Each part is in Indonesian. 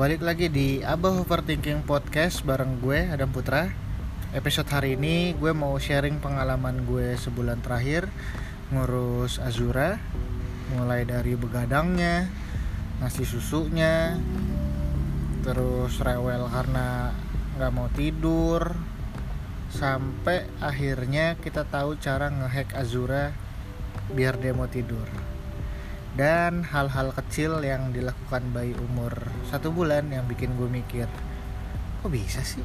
balik lagi di Abah Overthinking Podcast bareng gue, Adam Putra. Episode hari ini gue mau sharing pengalaman gue sebulan terakhir ngurus Azura. Mulai dari begadangnya, ngasih susunya, terus rewel karena gak mau tidur, sampai akhirnya kita tahu cara ngehack Azura biar dia mau tidur. Dan hal-hal kecil yang dilakukan bayi umur 1 bulan yang bikin gue mikir, kok bisa sih?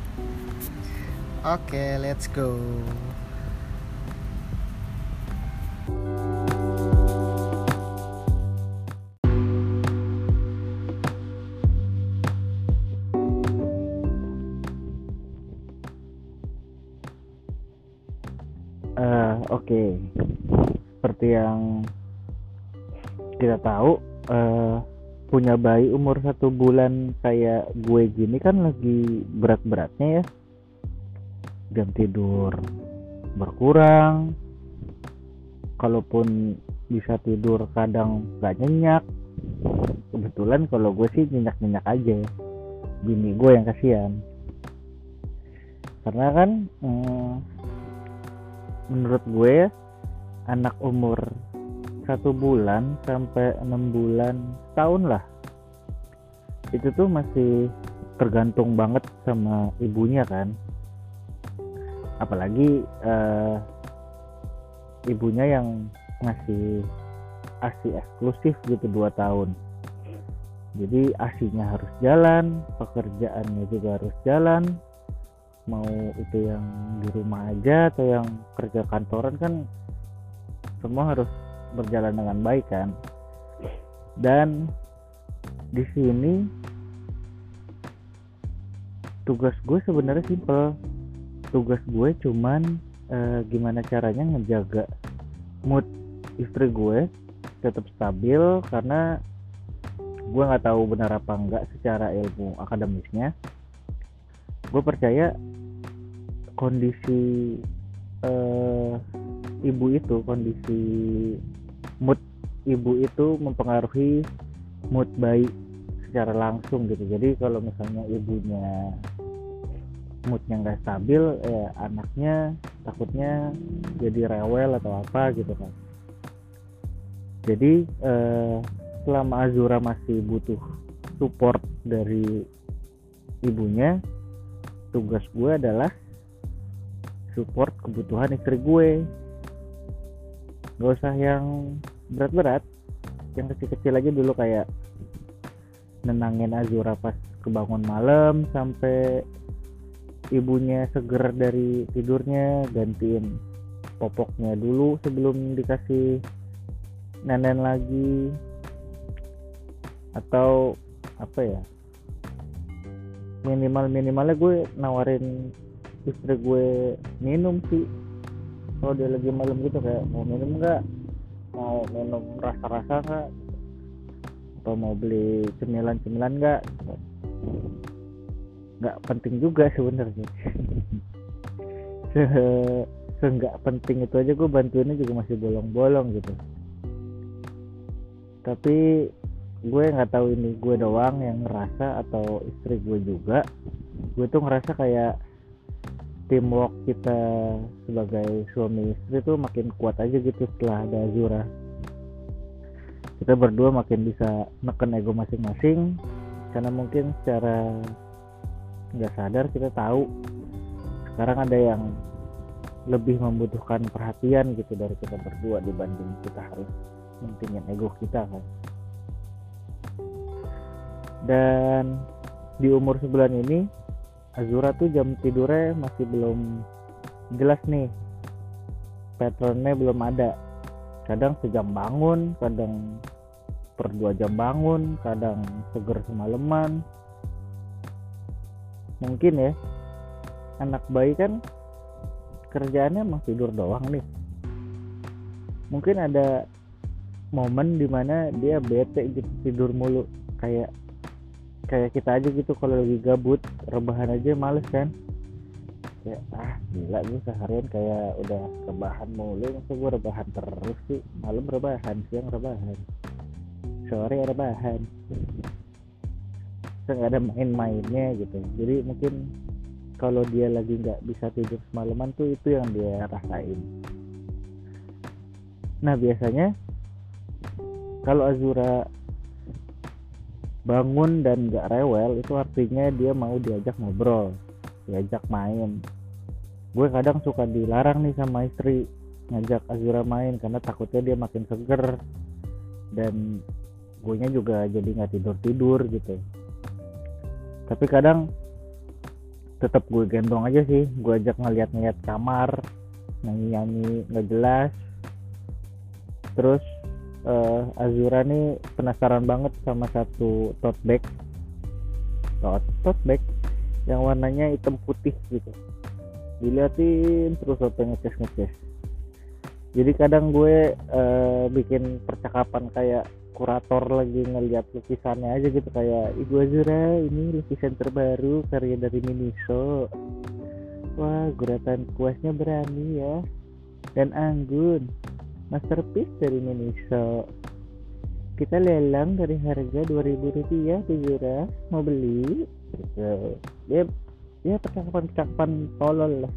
Oke, let's go. Oke. Seperti yang kita tahu, punya bayi umur 1 bulan kayak gue gini kan lagi berat-beratnya ya. Jam tidur berkurang, kalaupun bisa tidur kadang gak nyenyak. Kebetulan kalau gue sih nyenyak-nyenyak aja, bini gue yang kasihan. Karena kan menurut gue anak umur 1 bulan sampai 6 bulan, setahun lah, itu tuh masih tergantung banget sama ibunya kan. Apalagi ibunya yang ngasih ASI eksklusif gitu 2 tahun. Jadi ASInya harus jalan, pekerjaannya juga harus jalan. Mau itu yang di rumah aja atau yang kerja kantoran kan semua harus berjalan dengan baik kan. Dan di sini tugas gue sebenarnya simple. Tugas gue cuman gimana caranya ngejaga mood istri gue tetap stabil, karena gue nggak tahu benar apa enggak secara ilmu akademisnya. Gue percaya kondisi ibu itu, kondisi mood ibu itu mempengaruhi mood bayi secara langsung gitu. Jadi kalau misalnya ibunya moodnya nggak stabil, ya anaknya takutnya jadi rewel atau apa gitu kan. Jadi selama Azura masih butuh support dari ibunya, tugas gue adalah support kebutuhan istri gue. Gak usah yang berat-berat, yang kecil-kecil aja dulu, kayak nenangin Azura pas kebangun malam sampai ibunya seger dari tidurnya, gantiin popoknya dulu sebelum dikasih nenen lagi. Atau apa ya, minimalnya gue nawarin istri gue minum sih kalau dia lagi malam gitu, kayak mau minum nggak, mau minum rasa-rasa nggak, atau mau beli cemilan nggak penting juga sebenarnya. Nggak penting itu aja gue bantuinnya juga masih bolong-bolong gitu. Tapi gue nggak tahu ini gue doang yang ngerasa atau istri gue juga. Gue tuh ngerasa kayak teamwork kita sebagai suami istri tuh makin kuat aja gitu setelah ada Azura. Kita berdua makin bisa neken ego masing-masing, karena mungkin secara nggak sadar kita tahu sekarang ada yang lebih membutuhkan perhatian gitu dari kita berdua dibanding kita harus mentingin ego kita kan. Dan di umur sebulan ini Azura tuh jam tidurnya masih belum jelas nih, patternnya belum ada. Kadang sejam bangun, kadang per 2 jam bangun, kadang seger semalaman. Mungkin ya, anak bayi kan kerjaannya emang tidur doang nih. Mungkin ada momen dimana dia bete gitu, tidur mulu, kayak kita aja gitu. Kalau lagi gabut rebahan aja males kan, kayak gila gue seharian kayak udah rebahan mulu, masa gue rebahan terus sih, malam rebahan, siang rebahan, sore rebahan. nggak ada main-mainnya gitu. Jadi mungkin kalau dia lagi nggak bisa tidur semalaman tuh itu yang dia rasain. Nah biasanya kalau Azura bangun dan nggak rewel itu artinya dia mau diajak ngobrol, diajak main. Gue kadang suka dilarang nih sama istri ngajak Azura main karena takutnya dia makin seger dan guenya juga jadi nggak tidur gitu. Tapi kadang tetap gue gendong aja sih, gue ajak ngeliat kamar, nyanyi nggak jelas. Terus Azura nih penasaran banget sama satu tote bag yang warnanya hitam putih gitu. Diliatin terus sampai ngeces. Jadi kadang gue bikin percakapan kayak kurator lagi ngeliat lukisannya aja gitu, kayak Ibu Azura ini lukisan terbaru karya dari Miniso. Wah, guratan kuasnya berani ya dan anggun, masterpiece dari Miniso. Kita lelang dari harga Rp2.000, Azura mau beli gitu. Ya percakapan tolol lah.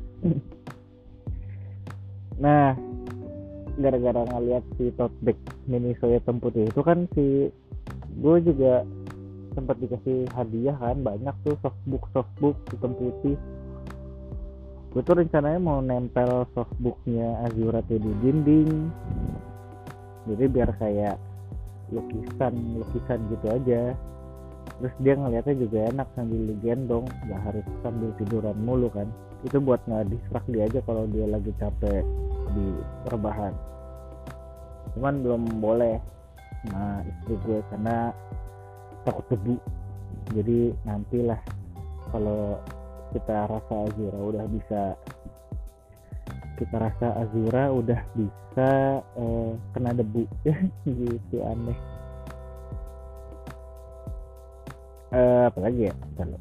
Nah, gara-gara ngeliat si tote bag Miniso hitam putih itu kan gue juga sempat dikasih hadiah kan, banyak tuh softbook hitam putih. Gue tuh rencananya mau nempel softbooknya Azura tuh di dinding, jadi biar kayak lukisan gitu aja. Terus dia ngeliatnya juga enak sambil digendong, gak harus sambil tiduran mulu kan. Itu buat nggak distract dia aja kalau dia lagi capek di rebahan. Cuman belum boleh nah istri gue karena takut debu. Jadi nantilah kalau kita rasa Azura udah bisa kena debu gitu, aneh. Apalagi ya,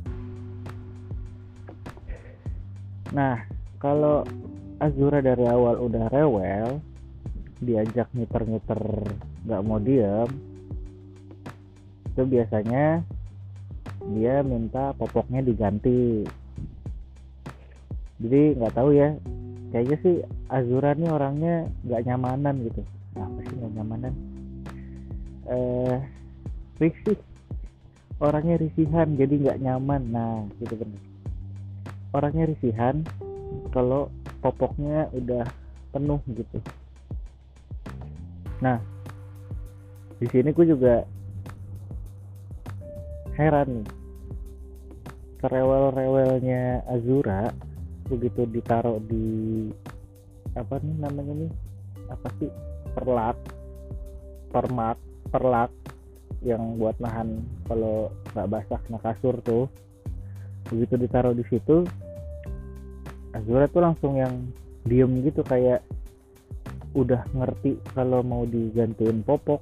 nah kalau Azura dari awal udah rewel, diajak ngiter-ngiter nggak mau diem, itu biasanya dia minta popoknya diganti. Jadi nggak tahu ya, kayaknya sih Azura nih orangnya nggak nyamanan gitu. Apa sih nggak nyamanan? Risih, orangnya risihan jadi nggak nyaman. Nah gitu bener, orangnya risihan kalau popoknya udah penuh gitu. Nah di sini gue juga heran nih, kerewel-rewelnya Azura begitu ditaruh di apa nih namanya nih, apa sih, perlak yang buat nahan kalau nggak basah kena kasur tuh. Begitu ditaruh di situ, Azura tuh langsung yang diem gitu, kayak udah ngerti kalau mau digantiin popok,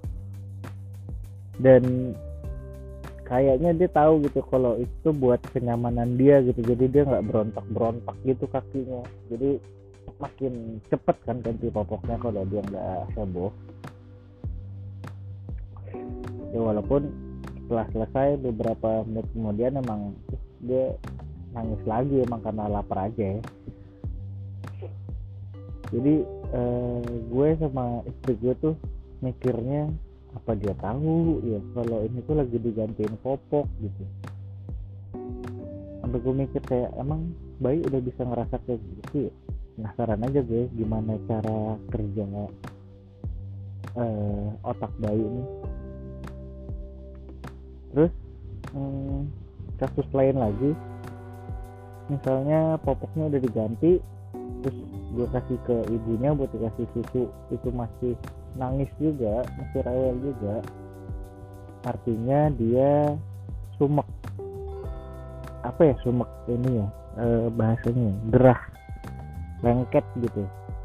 dan kayaknya dia tahu gitu kalau itu buat kenyamanan dia gitu. Jadi dia nggak berontak gitu kakinya, jadi makin cepet kan ganti popoknya kalau dia nggak heboh. Ya walaupun setelah selesai beberapa menit kemudian emang dia nangis lagi, emang karena lapar aja ya. Jadi gue sama istri gue tuh mikirnya, apa dia tahu ya kalau ini tuh lagi digantiin popok gitu. Sampai gue mikir kayak, emang bayi udah bisa ngerasa kayak gitu ya? Penasaran aja gue gimana cara kerja otak bayi ini. Terus kasus lain lagi, misalnya popoknya udah diganti, terus gue kasih ke ibunya buat dikasih susu, itu masih nangis juga, masih rewel juga, artinya dia sumek. Apa ya sumek ini ya, bahasanya gerah, lengket gitu.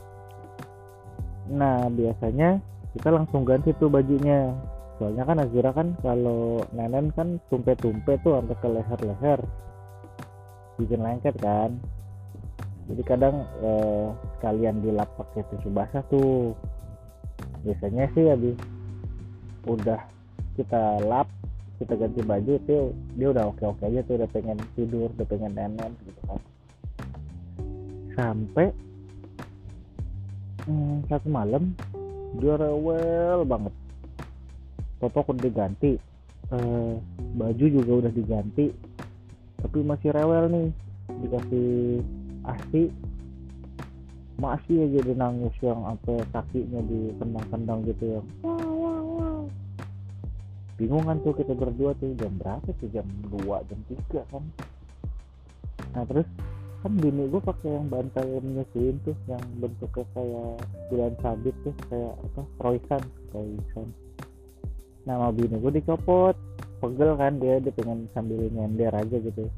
Nah biasanya kita langsung ganti tuh bajunya, soalnya kan Azura kan kalau nenen kan tumpe-tumpe tuh sampai ke leher-leher, bikin lengket kan. Jadi kadang sekalian dilap pakai tisu basah tuh. Biasanya sih habis udah kita lap, kita ganti baju itu dia udah oke aja tuh, udah pengen tidur, udah pengen nenen gitu kan. Sampai satu malam dia rewel banget. Popok udah diganti, baju juga udah diganti, tapi masih rewel nih. Dikasih ASI masih aja dia nangis yang sampai kakinya ditendang-tendang gitu ya. Bingung kan tuh kita berdua tuh, jam berapa tuh, jam 2, jam 3 kan. Nah terus kan bini gue pakai yang bantal yang menyusuin tuh, yang bentuknya kayak bulan sabit tuh, kayak apa, Roysan. Nah sama bini gue dicopot, pegel kan dia pengen sambil nyender aja gitu.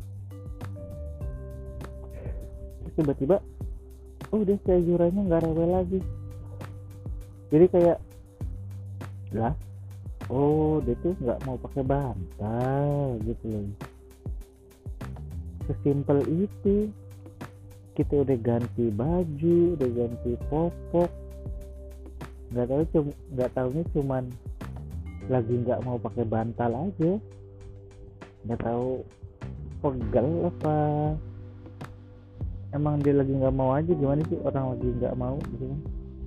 Terus tiba-tiba udah si Azuranya nggak rewel lagi. Jadi kayak lah, dia tuh nggak mau pakai bantal gitu loh. Sesimpel itu. Kita udah ganti baju, udah ganti popok, nggak tahunya cuman lagi nggak mau pakai bantal aja. Nggak tahu pegel apa emang dia lagi nggak mau aja, gimana sih orang lagi nggak mau gitu kan.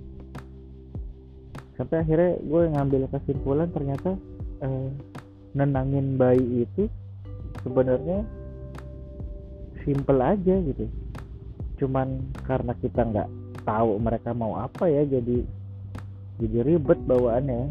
Sampai akhirnya gue ngambil kesimpulan ternyata nenangin bayi itu sebenarnya simple aja gitu, cuman karena kita nggak tahu mereka mau apa ya, jadi ribet bawaannya.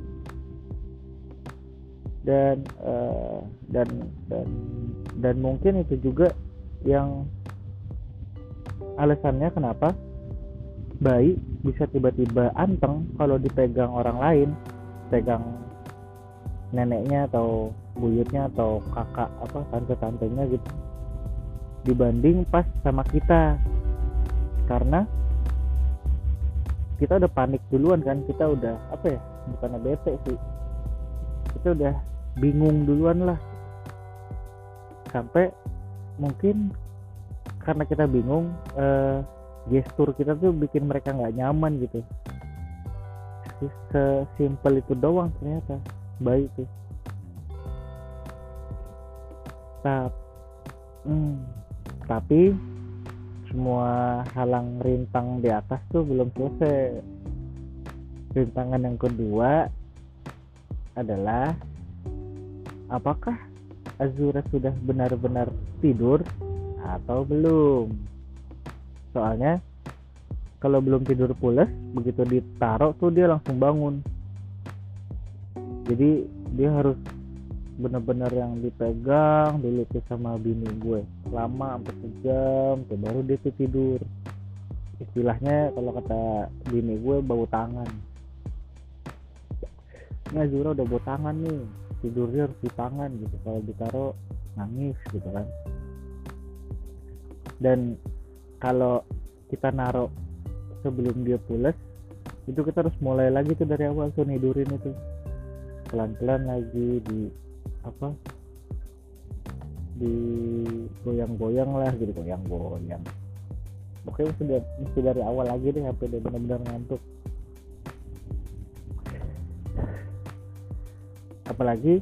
Dan mungkin itu juga yang alasannya kenapa bayi bisa tiba-tiba anteng kalau dipegang orang lain, pegang neneknya atau buyutnya atau kakak apa tante-tantenya gitu, dibanding pas sama kita. Karena kita udah panik duluan kan, kita udah apa ya, bukannya bete sih, kita udah bingung duluan lah. Sampai mungkin karena kita bingung, gestur kita tuh bikin mereka nggak nyaman gitu. Sesimpel itu doang ternyata bayi tuh. Tapi semua halang rintang di atas tuh belum selesai. Rintangan yang kedua adalah apakah Azura sudah benar-benar tidur atau belum. Soalnya kalau belum tidur pulas, begitu ditaruh tuh dia langsung bangun. Jadi dia harus benar-benar yang dipegang dulu tuh sama bini gue lama sampai sejam tuh baru dia tuh tidur. Istilahnya kalau kata bini gue bau tangan. Ini Azura udah bau tangan nih, tidurnya harus di tangan gitu, kalau ditaruh nangis gitu kan. Dan kalau kita naruh sebelum dia pulas, itu kita harus mulai lagi tuh dari awal tuh nidurin itu pelan-pelan lagi, di goyang-goyang lah gitu, goyang-goyang. Pokoknya mesti dari awal lagi deh sampai dia benar-benar ngantuk. Apalagi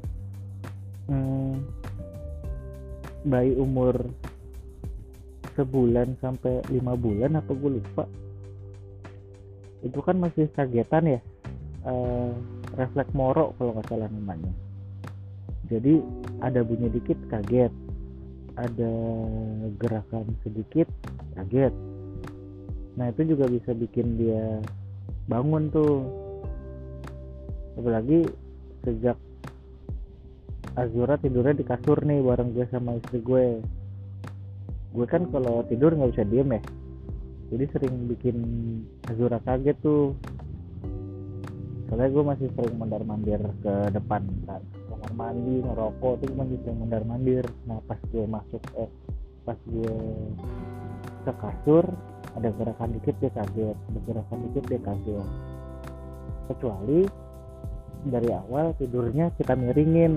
bayi umur sebulan sampai 5 bulan apa gue lupa, itu kan masih kagetan ya, refleks moro kalau nggak salah namanya. Jadi ada bunyi dikit kaget, ada gerakan sedikit kaget. Nah itu juga bisa bikin dia bangun tuh. Apalagi sejak Azura tidurnya di kasur nih bareng gue sama istri gue. Gue kan kalau tidur nggak bisa diem ya, jadi sering bikin Azura kaget tuh. Soalnya gue masih sering mondar-mandir ke depan kan, kamar mandi ngerokok tuh masih sering mondar-mandir. Nah pas gue ke kasur ada gerakan dikit dia kaget, ada gerakan dikit dia kaget. Kecuali dari awal tidurnya kita miringin.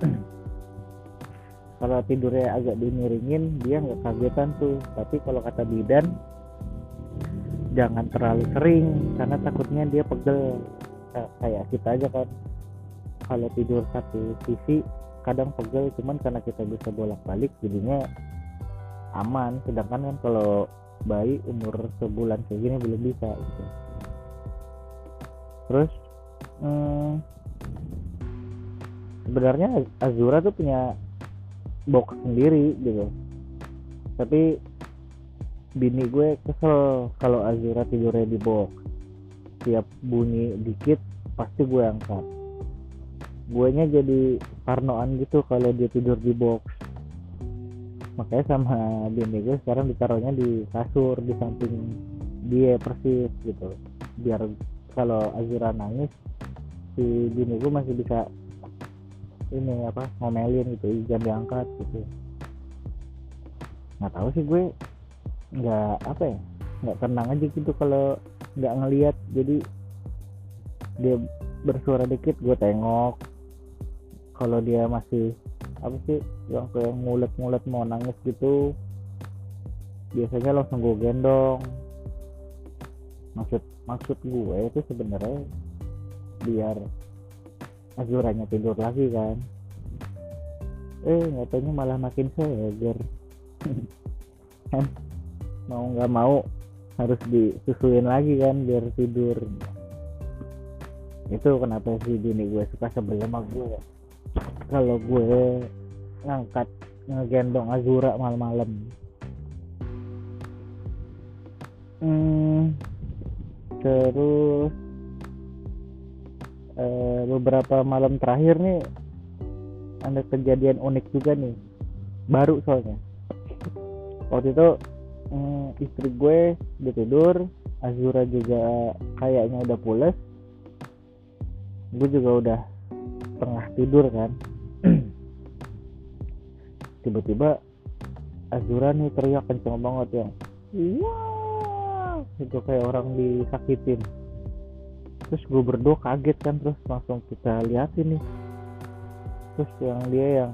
Kalau tidurnya agak dimiringin dia nggak kagetan tuh. Tapi kalau kata bidan jangan terlalu sering, karena takutnya dia pegel. Kayak kita aja kan, kalau tidur satu sisi kadang pegel, cuman karena kita bisa bolak-balik jadinya aman. Sedangkan kan kalau bayi umur sebulan kayak gini belum bisa gitu. Terus sebenarnya Azura tuh punya box sendiri gitu, tapi bini gue kesel kalau Azura tidurnya di box. Tiap bunyi dikit pasti gue angkat. Guenya jadi parnoan gitu kalau dia tidur di box. Makanya sama bini gue sekarang ditaruhnya di kasur di samping dia persis gitu, biar kalau Azura nangis si bini gue masih bisa ini ngomelin gitu, jangan diangkat gitu. Nggak tahu sih, gue nggak tenang aja gitu kalau nggak ngelihat. Jadi dia bersuara dikit gue tengok, kalau dia masih yang kayak ngulet-ngulet mau nangis gitu, biasanya langsung gue gendong. Maksud gue itu sebenarnya biar Azuranya tidur lagi kan. Nggak taunya malah makin seger. Kan mau nggak mau harus disusuin lagi kan biar tidur. Itu kenapa si bini gue suka sebel sama gue kalau gue ngegendong Azura malam-malam. Terus beberapa malam terakhir nih ada kejadian unik juga nih, baru soalnya. Waktu itu istri gue udah tidur, Azura juga kayaknya udah pules, gue juga udah tengah tidur kan. Tiba-tiba Azura nih teriak kenceng banget, yang wah itu kayak orang disakitin. Terus gue berdua kaget kan, terus langsung kita liatin nih. Terus yang dia yang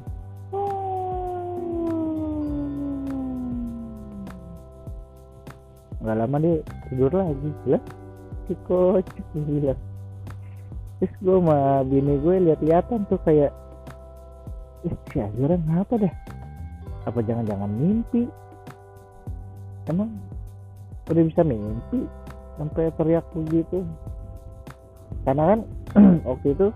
nggak lama dia tidur lagi lah, si kocak bilang. Terus gue sama bini gue lihat-lihatan tuh kayak si Azura ngapa dah, apa jangan-jangan mimpi? Emang udah bisa mimpi sampai teriak begitu? Karena kan waktu itu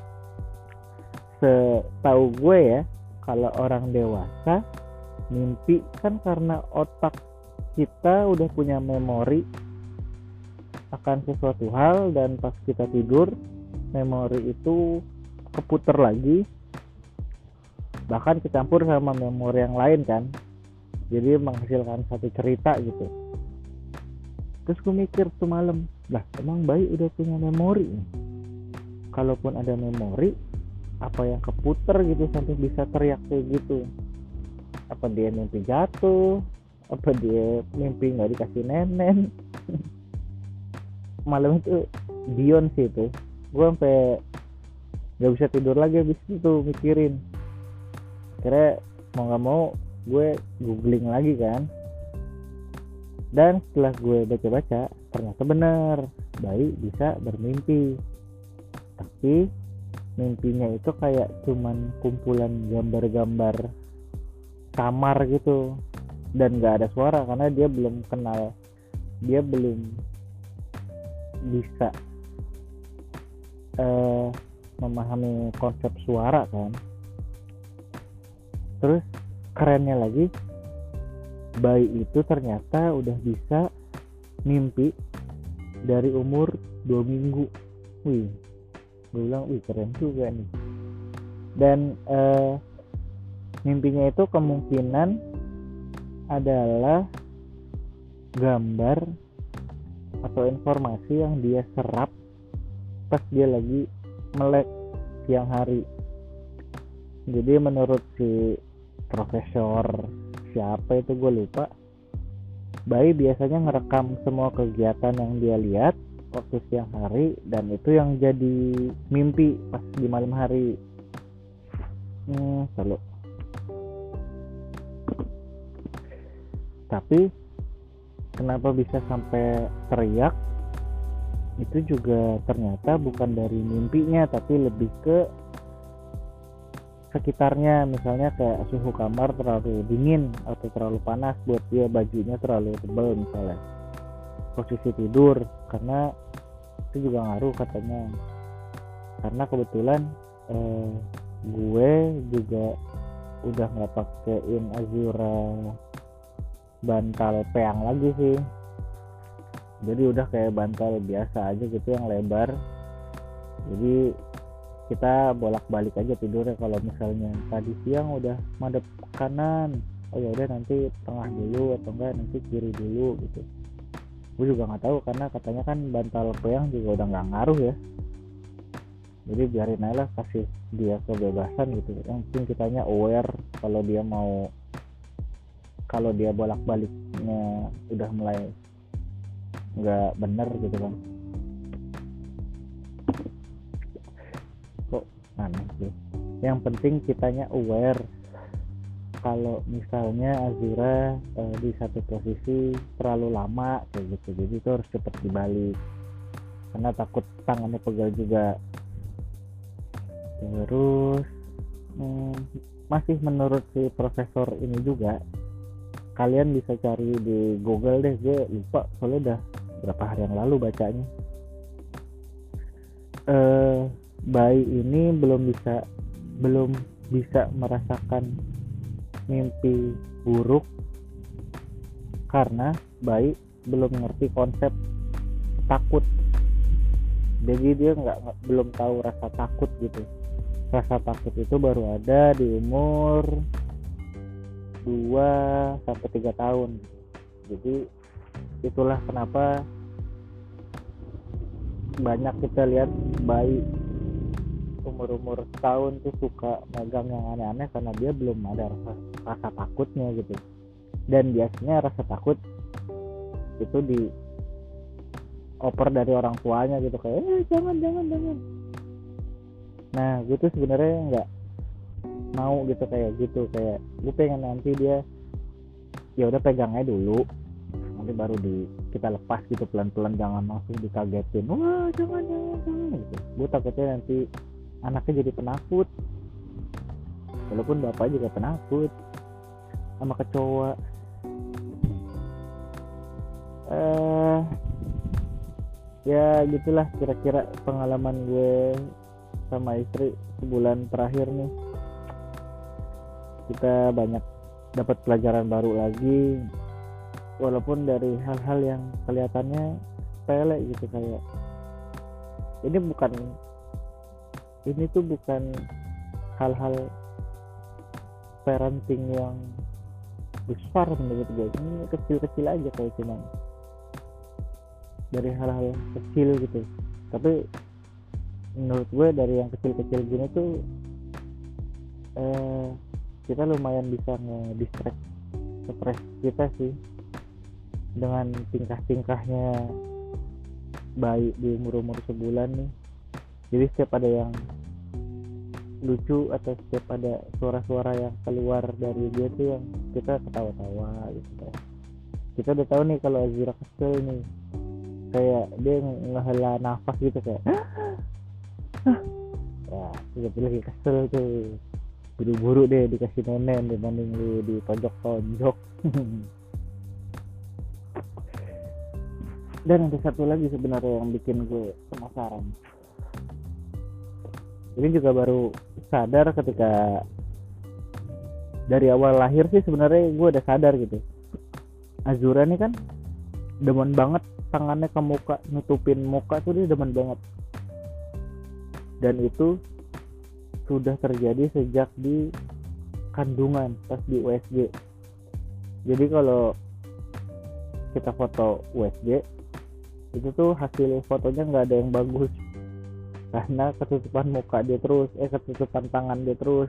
setahu gue ya, kalau orang dewasa mimpi kan karena otak kita udah punya memori akan sesuatu hal, dan pas kita tidur memori itu keputar lagi, bahkan kecampur sama memori yang lain kan, jadi menghasilkan satu cerita gitu. Terus gue mikir tuh malam, lah emang bayi udah punya memori nih? Kalaupun ada memori, apa yang keputar gitu sampai bisa teriak kayak gitu? Apa dia mimpi jatuh? Apa dia mimpi nggak dikasih nenen? Malam itu beyond sih itu, gue sampai nggak bisa tidur lagi habis itu mikirin. Akhirnya mau nggak mau gue googling lagi kan, dan setelah gue baca-baca ternyata benar, bayi bisa bermimpi, tapi mimpinya itu kayak cuman kumpulan gambar-gambar samar gitu, dan nggak ada suara karena dia belum bisa memahami konsep suara kan. Terus kerennya lagi, bayi itu ternyata udah bisa mimpi dari umur 2 minggu. Gue bilang keren juga nih. Dan mimpinya itu kemungkinan adalah gambar atau informasi yang dia serap pas dia lagi melek siang hari. Jadi menurut si profesor siapa itu gue lupa, bayi biasanya ngerekam semua kegiatan yang dia lihat waktu siang hari, dan itu yang jadi mimpi pas di malam hari. Selalu. Tapi kenapa bisa sampai teriak, itu juga ternyata bukan dari mimpinya, tapi lebih ke sekitarnya, misalnya kayak suhu kamar terlalu dingin atau terlalu panas buat dia, bajunya terlalu tebal misalnya, posisi tidur, karena itu juga ngaruh katanya. Karena kebetulan gue juga udah nggak pakein Azura bantal peang lagi sih, jadi udah kayak bantal biasa aja gitu yang lebar. Jadi kita bolak-balik aja tidurnya. Kalau misalnya tadi siang udah madep kanan, oh ya udah nanti tengah dulu, atau enggak nanti kiri dulu gitu. Gue juga nggak tahu, karena katanya kan bantal peang juga udah nggak ngaruh ya. Jadi biarin aja lah, kasih dia kebebasan gitu. Yang penting kitanya aware kalau dia bolak-baliknya udah mulai nggak bener gitu kan. Kok aneh sih. Yang penting kitanya aware kalau misalnya Azura di satu posisi terlalu lama kayak gitu. Jadi itu harus cepat dibalik, karena takut tangannya pegal juga. Terus masih menurut si profesor ini juga, kalian bisa cari di Google deh, gue lupa soalnya udah berapa hari yang lalu bacanya. Bayi ini belum bisa merasakan mimpi buruk karena bayi belum mengerti konsep takut. Jadi dia belum tahu rasa takut gitu. Rasa takut itu baru ada di umur 2-3 tahun. Jadi itulah kenapa banyak kita lihat bayi umur setahun tuh suka megang yang aneh-aneh, karena dia belum ada rasa takutnya gitu. Dan biasanya rasa takut itu dioper dari orang tuanya gitu, kayak jangan. Nah gue tuh sebenarnya nggak mau gitu, kayak gue pengen nanti dia ya udah pegangnya dulu, nanti baru kita lepas gitu pelan-pelan, jangan langsung dikagetin, wah jangan gitu. Gue takutnya nanti anaknya jadi penakut, walaupun bapak juga penakut sama kecoa. Ya gitulah kira-kira pengalaman gue sama istri sebulan terakhir nih. Kita banyak dapat pelajaran baru lagi, walaupun dari hal-hal yang kelihatannya sepele gitu, kayak ini tuh bukan hal-hal parenting yang besar menurut gue. Ini kecil-kecil aja, kayak cuman dari hal-hal kecil gitu. Tapi menurut gue dari yang kecil-kecil gini tuh kita lumayan bisa nge-distract stres kita sih, dengan tingkah-tingkahnya bayi di umur sebulan nih. Jadi setiap ada yang lucu atau setiap ada suara-suara yang keluar dari dia tuh yang kita ketawa-tawa gitu. Kita udah tahu nih kalau Azura kesel nih, kayak dia ngehela nafas gitu kayak ya tiba-tiba lagi kesel tuh, buru-buru deh dikasih nenen dibanding lu di tonjok. Dan ada satu lagi sebenarnya yang bikin gue penasaran. Ini juga baru sadar ketika dari awal lahir sih, sebenarnya gue udah sadar gitu. Azura nih kan demen banget tangannya ke muka, nutupin muka tuh dia demen banget. Dan itu sudah terjadi sejak di kandungan, pas di USG. Jadi kalau kita foto USG itu tuh hasil fotonya nggak ada yang bagus, karena ketutupan muka dia terus, ketutupan tangan dia terus.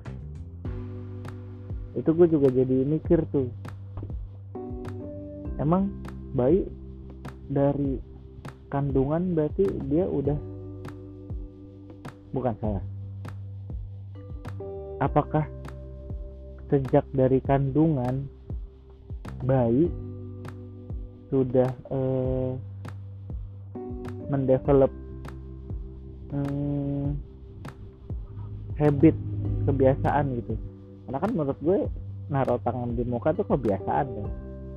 Itu gue juga jadi mikir tuh, emang bayi dari kandungan berarti dia udah, bukan salah, apakah sejak dari kandungan bayi sudah mendevelop habit kebiasaan gitu. Karena kan menurut gue naruh tangan di muka tuh kebiasaan kan.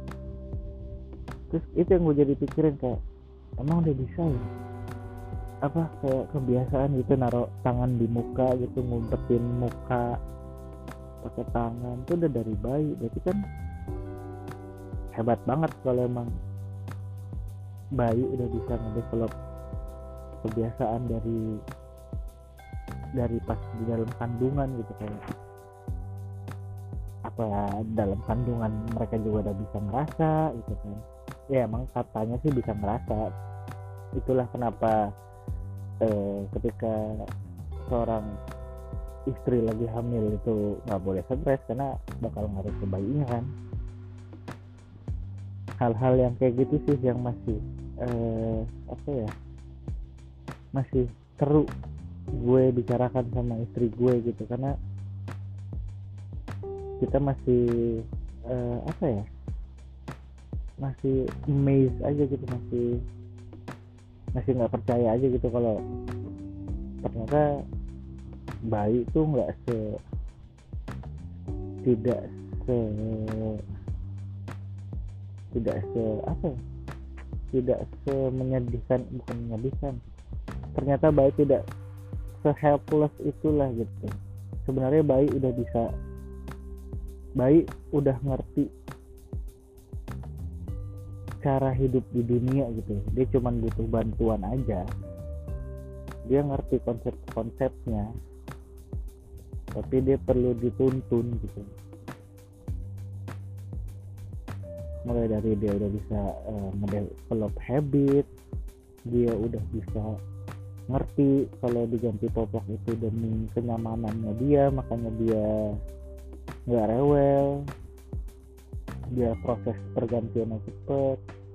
Terus itu yang gue jadi pikirin, kayak emang udah bisa ya apa kayak kebiasaan gitu naruh tangan di muka gitu, ngumpetin muka pakai tangan tuh udah dari bayi. Berarti kan hebat banget kalau emang bayi udah bisa ngedevelop kebiasaan dari pas di dalam kandungan gitu. Kayak apa, dalam kandungan mereka juga udah bisa ngerasa gitu kan. Ya emang katanya sih bisa ngerasa. Itulah kenapa ketika seorang istri lagi hamil itu nggak boleh stres, karena bakal ngaruh ke bayinya kan. Hal-hal yang kayak gitu sih yang masih masih seru gue bicarakan sama istri gue gitu, karena kita masih masih amazed aja gitu, masih nggak percaya aja gitu kalau ternyata bayi itu nggak tidak menyedihkan, bukan menyedihkan, ternyata bayi tidak helpless itulah gitu. Sebenarnya bayi udah ngerti cara hidup di dunia gitu. Dia cuman butuh bantuan aja, dia ngerti konsep-konsepnya, tapi dia perlu dituntun gitu. Mulai dari dia udah bisa ngedevelop habit, dia udah bisa ngerti kalau diganti popok itu demi kenyamanannya dia, makanya dia nggak rewel, biar proses pergantiannya cepet.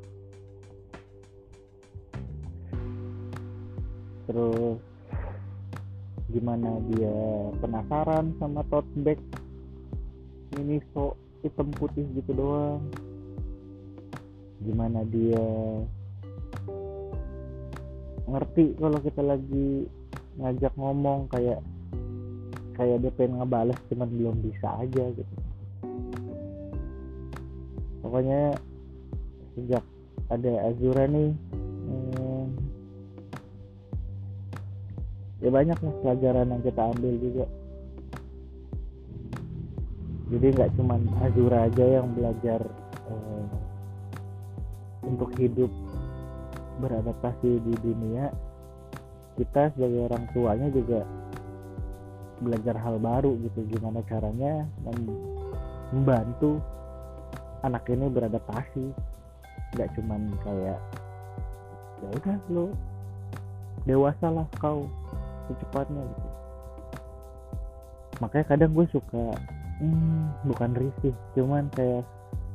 Terus gimana dia penasaran sama tote bag Miniso hitam putih gitu doang, gimana dia ngerti kalau kita lagi ngajak ngomong kayak dia pengen ngebales cuman belum bisa aja gitu. Pokoknya sejak ada Azura nih ya banyak lah pelajaran yang kita ambil juga. Jadi nggak cuman Azura aja yang belajar untuk hidup beradaptasi di dunia, kita sebagai orang tuanya juga belajar hal baru gitu, gimana caranya membantu anak ini beradaptasi. Nggak cuman kayak ya udah lo dewasa lah kau secepatnya gitu. Makanya kadang gue suka bukan risih, cuman kayak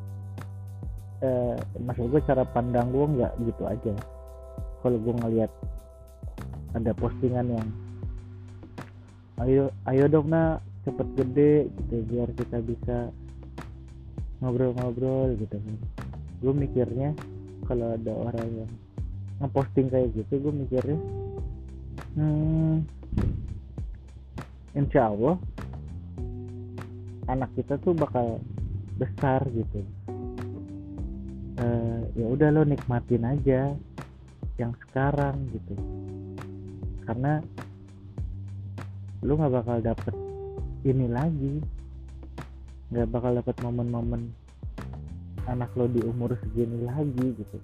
maksud gue cara pandang gue nggak gitu aja. Kalau gue ngeliat ada postingan yang ayo dong nak cepet gede gitu biar kita bisa ngobrol-ngobrol gitu kan. Gue mikirnya kalau ada orang yang ngeposting kayak gitu, gue mikirnya insya Allah anak kita tuh bakal besar gitu. Ya udah lo nikmatin aja yang sekarang gitu, karena lo nggak bakal dapet ini lagi, nggak bakal dapet momen-momen anak lo di umur segini lagi gitu.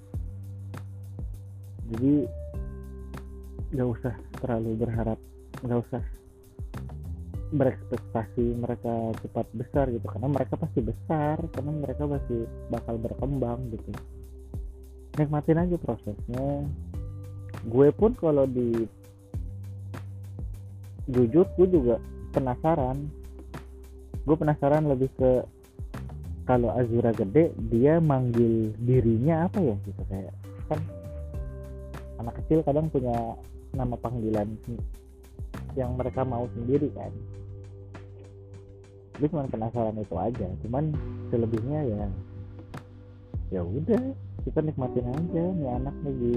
Jadi nggak usah terlalu berharap, nggak usah berekspektasi mereka cepat besar gitu, karena mereka pasti besar, karena mereka pasti bakal berkembang gitu. Nikmatin aja prosesnya. Gue pun kalau jujur gue juga penasaran. Gue penasaran lebih ke kalau Azura gede dia manggil dirinya apa ya gitu. Kayak kan anak kecil kadang punya nama panggilan yang mereka mau sendiri kan. Gue cuma penasaran itu aja, cuman selebihnya ya udah, kita nikmatin aja nih anak lagi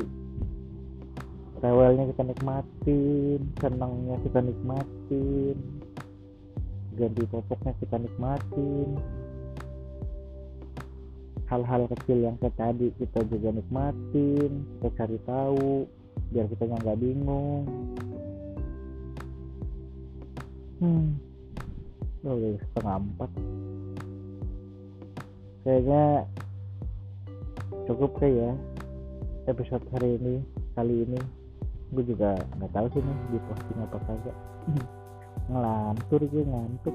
rewelnya, kita nikmatin, senangnya kita nikmatin. ganti popoknya kita nikmatin, hal-hal kecil yang kayak tadi kita juga nikmatin, kita cari tahu biar kita nggak bingung. Udah 3:30, kayaknya cukup kayak ya episode hari ini. Kali ini gue juga nggak tahu sih nih di posting apa kagak. Ngelantur gue, ngantuk.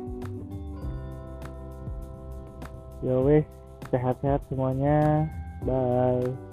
Ya wes, sehat-sehat semuanya, bye.